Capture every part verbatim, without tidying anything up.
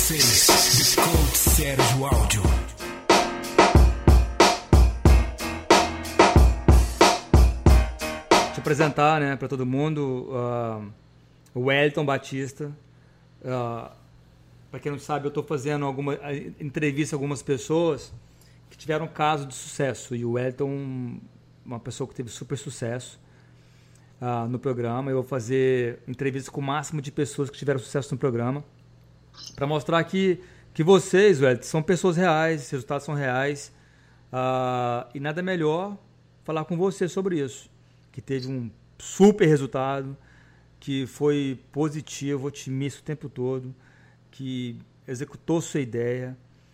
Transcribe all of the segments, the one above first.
vocês, The Coach Sérgio Áudio. Deixa eu apresentar, né, para todo mundo, uh, o Wellington Batista. Uh, para quem não sabe, eu estou fazendo alguma entrevista a algumas pessoas que tiveram caso de sucesso. E o Wellington, uma pessoa que teve super sucesso uh, no programa. Eu vou fazer entrevista com o máximo de pessoas que tiveram sucesso no programa, para mostrar que, que vocês, Wellington, são pessoas reais, os resultados são reais. Uh, e nada melhor falar com você sobre isso, que teve um super resultado, que foi positivo, otimista o tempo todo, que executou sua ideia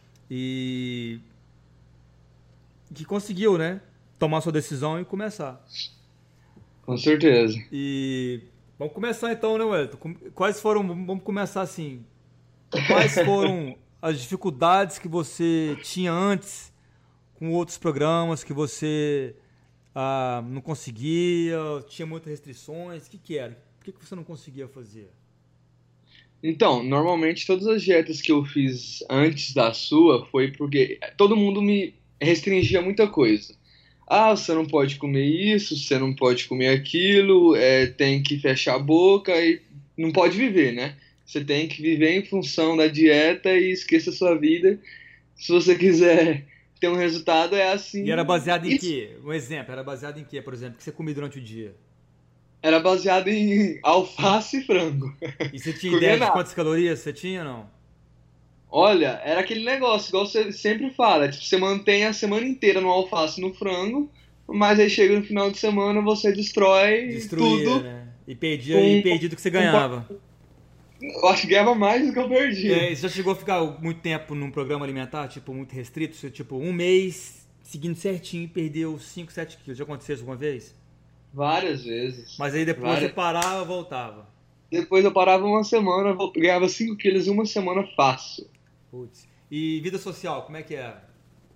e que conseguiu, né, tomar sua decisão e começar. Com certeza. E vamos começar então, né, Wellington? Quais foram, vamos começar assim, quais foram as dificuldades que você tinha antes com outros programas, que você ah, não conseguia, tinha muitas restrições, o que que era? Por que que você não conseguia fazer? Então, normalmente todas as dietas que eu fiz antes da sua foi porque todo mundo me restringia muita coisa. Ah, você não pode comer isso, você não pode comer aquilo, é, tem que fechar a boca e não pode viver, né? Você tem que viver em função da dieta e esqueça a sua vida. Se você quiser ter um resultado, é assim. E era baseado em quê? Um exemplo, era baseado em quê, por exemplo, que você comia durante o dia? Era baseado em alface e frango. E você tinha ideia de quantas calorias você tinha ou não? Olha, era aquele negócio, igual você sempre fala, tipo, você mantém a semana inteira no alface e no frango, mas aí chega no final de semana, você destrói Destruía, tudo. Né? E perdia, com, e perdia do que você ganhava. Eu acho que ganhava mais do que eu perdi. É, você já chegou a ficar muito tempo num programa alimentar, tipo, muito restrito? Você, tipo, um mês seguindo certinho e perdeu cinco, sete quilos. Já aconteceu isso alguma vez? Várias vezes. Mas aí depois Várias... você parava, voltava. Depois eu parava uma semana, ganhava cinco quilos em uma semana fácil. Putz. E vida social, como é que era?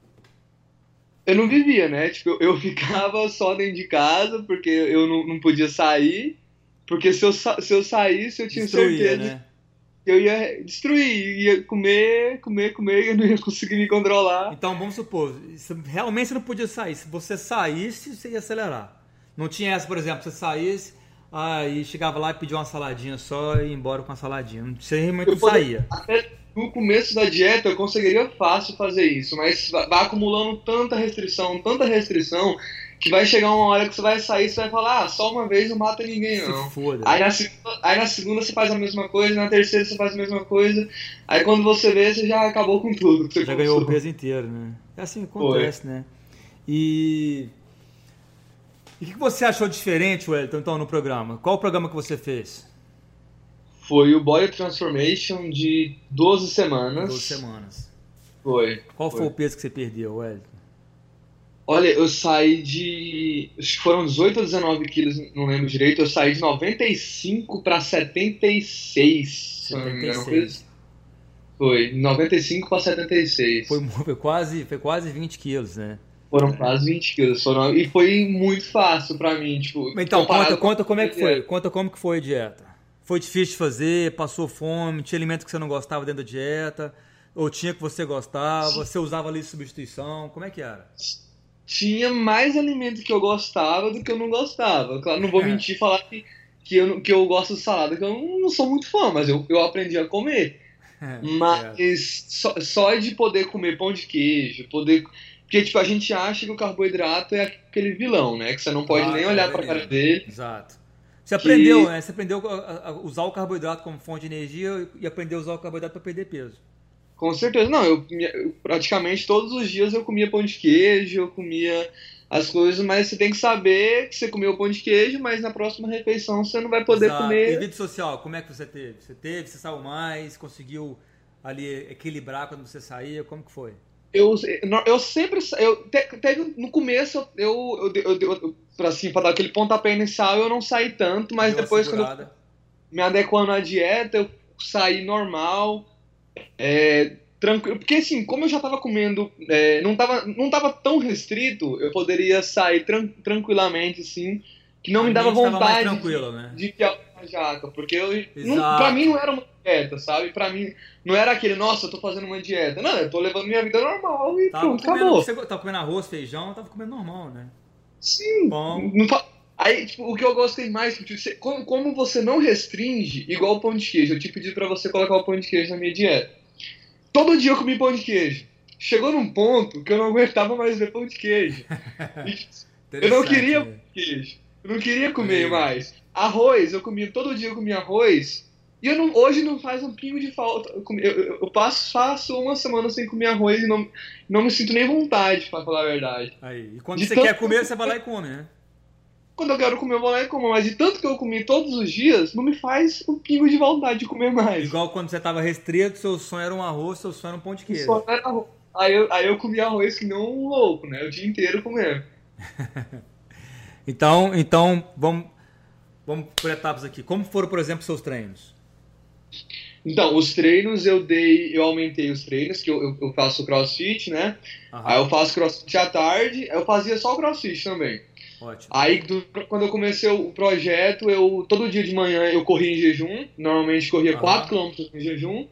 Eu não vivia, né? Tipo, eu, eu ficava só dentro de casa, porque eu não, não podia sair. Porque se eu, se eu saísse, eu tinha Destruía, certeza né? que eu ia destruir, ia comer, comer, comer, e eu não ia conseguir me controlar. Então, vamos supor, realmente você não podia sair. Se você saísse, você ia acelerar. Não tinha essa, por exemplo, você saísse, aí chegava lá e pedia uma saladinha só e ia embora com a saladinha. Você realmente não saía. Até no começo da dieta eu conseguiria fácil fazer isso, mas vai acumulando tanta restrição, tanta restrição, que vai chegar uma hora que você vai sair e você vai falar, ah, só uma vez não mata ninguém, não. Se foda. Aí na, segunda, aí na segunda você faz a mesma coisa, na terceira você faz a mesma coisa, aí quando você vê, você já acabou com tudo. Que você já começou. Ganhou o peso inteiro, né? É assim que acontece, Foi. né? E... E o que você achou diferente, Wellington, então, no programa? Qual o programa que você fez? Foi o Body Transformation de doze semanas. doze semanas. Foi. Qual foi. foi o peso que você perdeu, Wellington? Olha, eu saí de... Acho que foram dezoito ou dezenove quilos, não lembro direito. Eu saí de noventa e cinco para setenta e seis. setenta e seis. Foi, noventa e cinco para setenta e seis. Foi, foi, quase, foi quase vinte quilos, né? Foram quase vinte quilos. Foram, e foi muito fácil pra mim, tipo... Então, conta, conta como é que foi. Conta como que foi a dieta. Foi difícil de fazer, passou fome, tinha alimento que você não gostava dentro da dieta, ou tinha que você gostava, você usava ali de substituição, como é que era? Tinha mais alimento que eu gostava do que eu não gostava. Claro, não vou mentir e falar que, que, eu, que eu gosto de salada, que eu não, não sou muito fã, mas eu, eu aprendi a comer. É, mas só, só de poder comer pão de queijo, poder... Porque, tipo, a gente acha que o carboidrato é aquele vilão, né? Que você não pode ah, nem olhar é pra cara dele. Exato. Você aprendeu, que... né? Você aprendeu a usar o carboidrato como fonte de energia e aprendeu a usar o carboidrato para perder peso. Com certeza. Não, eu, eu praticamente todos os dias eu comia pão de queijo, eu comia as coisas, mas você tem que saber que você comeu o pão de queijo, mas na próxima refeição você não vai poder Exato. comer... E vida social, como é que você teve? Você teve, você saiu mais, conseguiu ali equilibrar quando você saía, como que foi? Eu, eu sempre, eu teve no começo, eu, eu, eu, eu pra, assim, pra dar aquele pontapé inicial, eu não saí tanto, mas Deu depois quando eu me adequando à dieta, eu saí normal, é, tranquilo, porque assim, como eu já tava comendo, é, não, tava, não tava tão restrito, eu poderia sair tran, tranquilamente, assim, que não a me dava vontade tranquilo, de, né? de, de na jaca, porque eu, não, Exato. pra mim não era uma dieta, sabe? Pra mim não era aquele, nossa, eu tô fazendo uma dieta. Não, eu tô levando minha vida normal e Tava pronto, comendo, acabou. você tava comendo arroz, feijão, tava comendo normal, né? Sim. Bom. Não fa- Aí, tipo, o que eu gostei mais, tipo, você- como, como você não restringe, igual o pão de queijo, eu te pedi pra você colocar o pão de queijo na minha dieta. Todo dia eu comi pão de queijo. Chegou num ponto que eu não aguentava mais ver pão de queijo. E eu não queria Interessante, pão né? de queijo. Eu não queria comer Aí. mais. Arroz, eu comia, todo dia eu comia arroz. E eu não, hoje não faz um pingo de falta. Eu, comi- eu- eu- eu passo, faço uma semana sem comer arroz e não, não me sinto nem vontade, pra falar a verdade. Aí. E quando De você tanto- quer comer, você vai lá e come, né? Quando eu quero comer, eu vou lá e como. Mas de tanto que eu comi todos os dias, não me faz um pingo de vontade de comer mais. Igual quando você tava restrito, seu sonho era um arroz, seu sonho era um pão de queijo. Só era arroz. Aí eu, aí eu comia arroz que não um louco, né? O dia inteiro comendo. Então, então vamos, vamos por etapas aqui. Como foram, por exemplo, seus treinos? Então, os treinos eu dei, eu aumentei os treinos, que eu, eu, eu faço crossfit, né? Aham. Aí eu faço crossfit à tarde, eu fazia só o crossfit também. Ótimo. Aí do- quando eu comecei o projeto, eu todo dia de manhã eu corria em jejum, normalmente corria Aham. quatro quilômetros em jejum.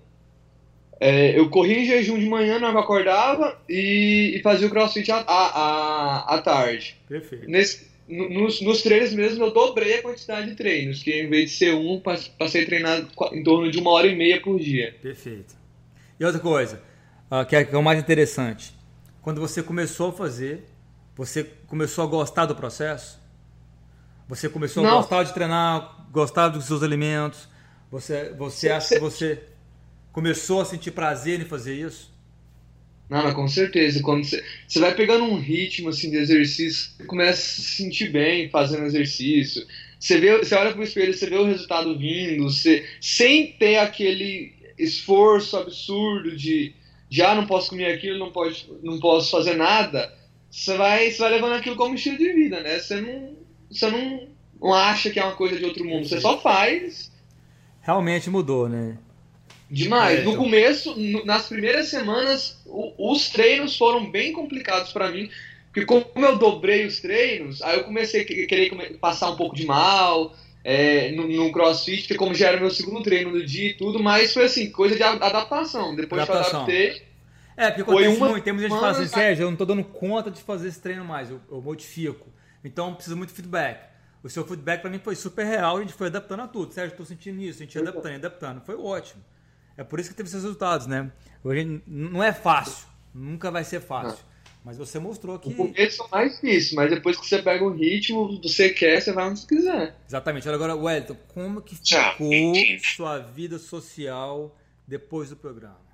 É, eu corria em jejum de manhã, na hora que eu acordava, e, e fazia o crossfit à, à, à, à tarde. Perfeito. Nesse, no- nos, nos treinos mesmo eu dobrei a quantidade de treinos, que em vez de ser um, pass- passei a treinar qua- em torno de uma hora e meia por dia. Perfeito. E outra coisa, ah, que é, que é o mais interessante. Quando você começou a fazer, você começou a gostar do processo? Você começou a Não. gostar de treinar, gostar dos seus alimentos? Você, você acha que você começou a sentir prazer em fazer isso? Não, mas com certeza. Quando você, você vai pegando um ritmo assim de exercício, você começa a se sentir bem fazendo exercício. Você vê, você olha pro espelho, você vê o resultado vindo, você, sem ter aquele esforço absurdo de já não posso comer aquilo, não, pode, não posso fazer nada. Você vai, você vai levando aquilo como estilo de vida, né? Você não, você não, não acha que é uma coisa de outro mundo, você só faz. Realmente mudou, né? Demais. É, No então. começo, no- nas primeiras semanas, o- os treinos foram bem complicados pra mim, porque como eu dobrei os treinos, aí eu comecei a que- querer come- passar um pouco de mal é, no, no CrossFit, que como já era meu segundo treino do dia e tudo, mas foi assim, coisa de a- adaptação. Depois Adaptação. que eu adaptei, É, porque Foi acontece uma muito, tem muita gente que fala assim, semana- Sérgio, eu não tô dando conta de fazer esse treino mais, eu, eu modifico. Então precisa muito feedback. O seu feedback pra mim foi super real, a gente foi adaptando a tudo. Sérgio, tô sentindo isso, a gente ia adaptando, ia adaptando. Foi ótimo. É por isso que teve esses resultados, né? Hoje n- não é fácil, nunca vai ser fácil. Mas você mostrou que... o começo é mais difícil, mas depois que você pega o ritmo, você quer, você vai onde você quiser. Exatamente. Olha agora, Wellington, como que Tchau, ficou Quentin. sua vida social depois do programa?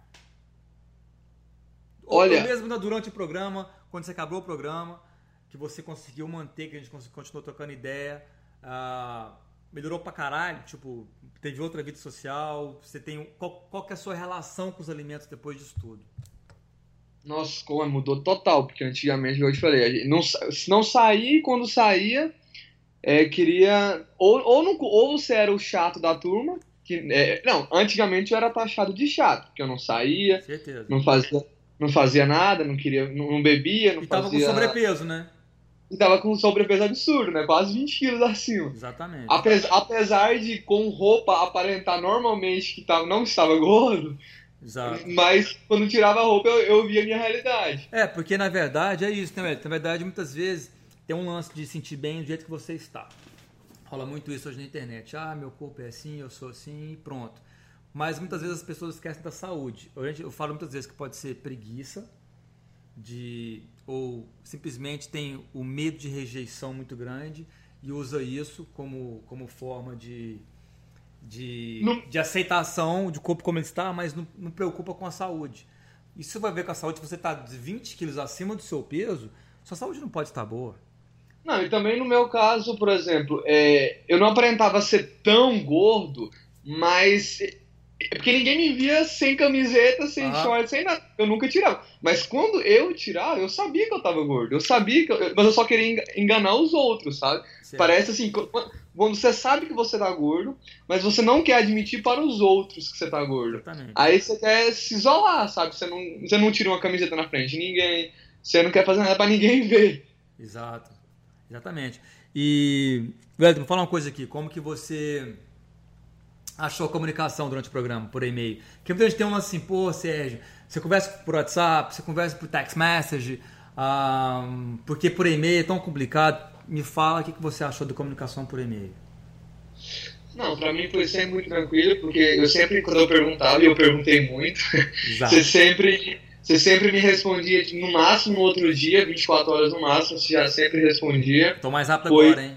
Ou Olha- mesmo na- durante o programa, quando você acabou o programa, que você conseguiu manter, que a gente cons- continuou trocando ideia, ah, melhorou pra caralho, tipo, teve outra vida social, você tem... Qual, qual que é a sua relação com os alimentos depois disso tudo? Nossa, como mudou total, porque antigamente, igual eu te falei, a gente não, sa- se não sair, quando saía, é, queria. Ou, ou, não, ou você era o chato da turma, que, é, não, antigamente eu era taxado de chato, porque eu não saía, Certeza. não fazia, não fazia nada, não queria, não, não bebia, não E tava fazia. com sobrepeso, né? E tava com um sobrepeso absurdo, né? Quase vinte quilos acima. Exatamente. Apes- apesar de com roupa aparentar normalmente que tava, não estava gordo, Exato. mas quando tirava a roupa eu, eu via a minha realidade. É, porque na verdade é isso, né, Wellington? Na verdade, muitas vezes tem um lance de sentir bem do jeito que você está. Rola muito isso hoje na internet. Ah, meu corpo é assim, eu sou assim e pronto. Mas muitas vezes as pessoas esquecem da saúde. Hoje eu falo muitas vezes que pode ser preguiça, de, ou simplesmente tem o medo de rejeição muito grande e usa isso como, como forma de, de, Não- de aceitação de corpo como ele está, mas não, não preocupa com a saúde. E se você vai ver com a saúde, se você está vinte quilos acima do seu peso, sua saúde não pode estar boa. Não, e também no meu caso, por exemplo, é, eu não aparentava ser tão gordo, mas. É porque ninguém me via sem camiseta, sem Ah. short, sem nada. Eu nunca tirava. Mas quando eu tirava, eu sabia que eu tava gordo. Eu sabia que. Eu, mas eu só queria enga- enganar os outros, sabe? Certo. Parece assim, qu- quando você sabe que você tá gordo, mas você não quer admitir para os outros que você tá gordo. Exatamente. Aí você quer se isolar, sabe? Você não, você não tira uma camiseta na frente de ninguém, você não quer fazer nada pra ninguém ver. Exato. Exatamente. E, Wellington, me fala uma coisa aqui. Como que você achou a comunicação durante o programa, por e-mail? Porque muita gente tem um assim, pô, Sérgio, você conversa por WhatsApp, você conversa por text message, um, porque por e-mail é tão complicado. Me fala o que você achou da comunicação por e-mail. Não, pra mim foi sempre muito tranquilo, porque eu sempre, quando eu perguntava, e eu perguntei muito, você sempre, você sempre me respondia no máximo no outro dia, vinte e quatro horas no máximo, você já sempre respondia. Tô mais rápido foi... agora, hein?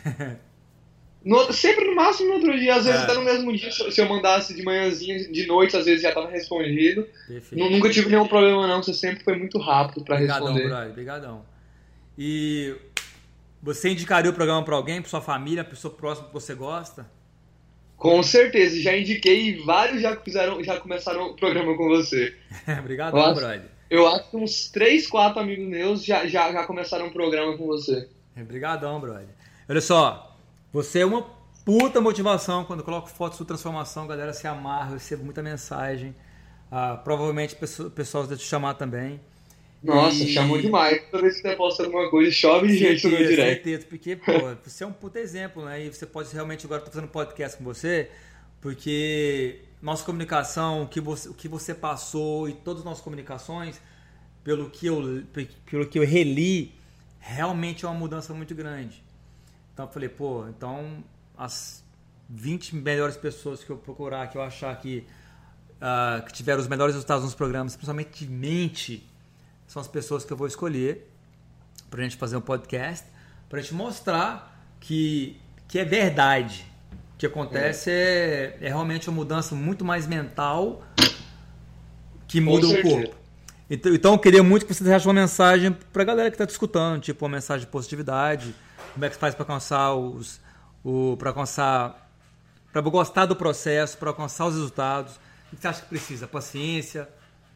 No, sempre no máximo no outro dia, às vezes é. até no mesmo dia, se eu mandasse de manhãzinha, de noite, às vezes já estava respondido. Nunca tive nenhum problema não, você sempre foi muito rápido para responder. Obrigadão, obrigadão. E você indicaria o programa para alguém, para sua família, para pessoa próxima que você gosta? Com certeza, já indiquei e vários já, fizeram, já começaram o programa com você. Obrigadão, eu acho, brother. Eu acho que uns três, quatro amigos meus já, já, já começaram o programa com você. Obrigadão, brother. Olha só, você é uma puta motivação. Quando eu coloco fotos de transformação, a galera se amarra, eu recebo muita mensagem. Ah, provavelmente o pessoal vai te chamar também. Nossa, e... chamou demais. Toda vez que você posta alguma coisa, chove de gente no meu direct. Certeza, porque, pô, você é um puta exemplo, né? E você pode realmente, agora eu tô fazendo podcast com você, porque nossa comunicação, o que você, o que você passou e todas as nossas comunicações, pelo que eu, pelo que eu reli, realmente é uma mudança muito grande. Então eu falei, pô, então as vinte melhores pessoas que eu procurar, que eu achar que, uh, que tiveram os melhores resultados nos programas, principalmente de mente, são as pessoas que eu vou escolher para a gente fazer um podcast, para a gente mostrar que, que é verdade. O que acontece é, é realmente uma mudança muito mais mental que muda o corpo. Então, então eu queria muito que você deixasse uma mensagem para a galera que está te escutando, tipo uma mensagem de positividade, como é que você faz para alcançar os, o, para alcançar, para gostar do processo, para alcançar os resultados. O que você acha que precisa? Paciência,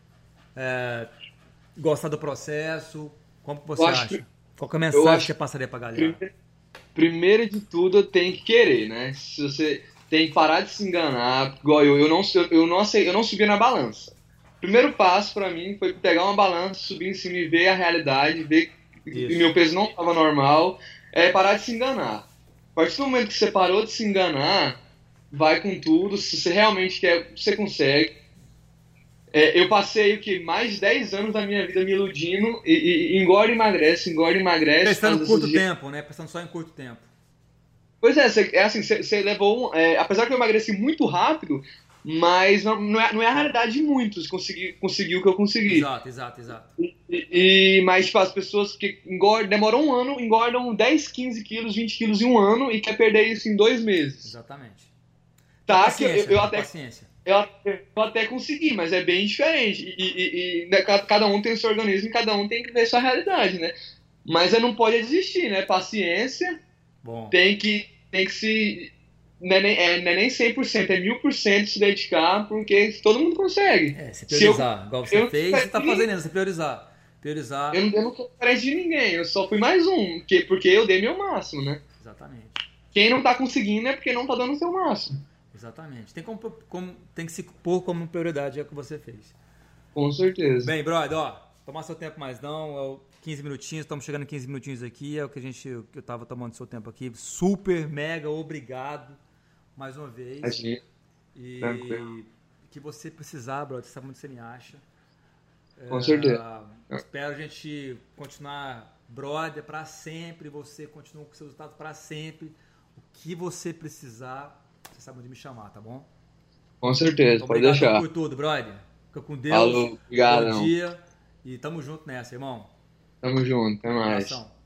é, gostar do processo, como que você acha? Que, Qual que é a mensagem que você passaria pra galera? Primeiro, primeiro de tudo, tem que querer, né? Se você tem que parar de se enganar, igual eu, eu não, eu não, eu não subia na balança. O primeiro passo pra mim foi pegar uma balança, subir em cima e ver a realidade, ver que meu peso não estava normal, é parar de se enganar. A partir do momento que você parou de se enganar, vai com tudo, se você realmente quer, você consegue. É, eu passei o que, mais de dez anos da minha vida me iludindo e, e engorda e emagrece, engorda e emagrece. Pensando em curto tempo, né? Pensando só em curto tempo. Pois é, você, é assim, você, você levou um, é, apesar que eu emagreci muito rápido, mas não, não, é, não é a realidade de muitos conseguir, conseguir o que eu consegui. Exato, exato, exato. E, e, mas tipo, as pessoas que engordam, demoram um ano, engordam dez, quinze quilos, vinte quilos em um ano e quer perder isso em dois meses. Exatamente. Tá, paciência, que eu, eu até... paciência. Eu, eu até consegui, mas é bem diferente. E, e, e né, cada um tem o seu organismo e cada um tem que ver sua realidade, né? Mas você não pode desistir, né? Paciência. Bom. Tem que, tem que se... Não é, nem, é, não é nem cem por cento, é mil por cento se dedicar, porque todo mundo consegue. É, se priorizar. Se eu, igual você eu, fez, você tá fazendo isso, priorizar. Priorizar. Eu não, eu não sou diferente de ninguém, eu só fui mais um, porque, porque eu dei meu máximo, né? Exatamente. Quem não tá conseguindo é porque não tá dando o seu máximo. Exatamente. Tem, como, como, tem que se pôr como prioridade é o que você fez. Com certeza. Bem, brother, ó, tomar seu tempo mais não, quinze minutinhos, estamos chegando em quinze minutinhos aqui, é o que a gente, que eu tava tomando seu tempo aqui. Super, mega, obrigado mais uma vez. Aqui. E Tranquilo. que você precisar, brother, você sabe onde você me acha. Com é, certeza. Espero a gente continuar brother para sempre, você continua com seus resultados para sempre. O que você precisar, você sabe onde me chamar, tá bom? Com certeza, Obrigado pode deixar. por tudo, brother. Fica com Deus. Falou, obrigado. Bom dia. E tamo junto nessa, irmão. Tamo junto, até mais. Abração.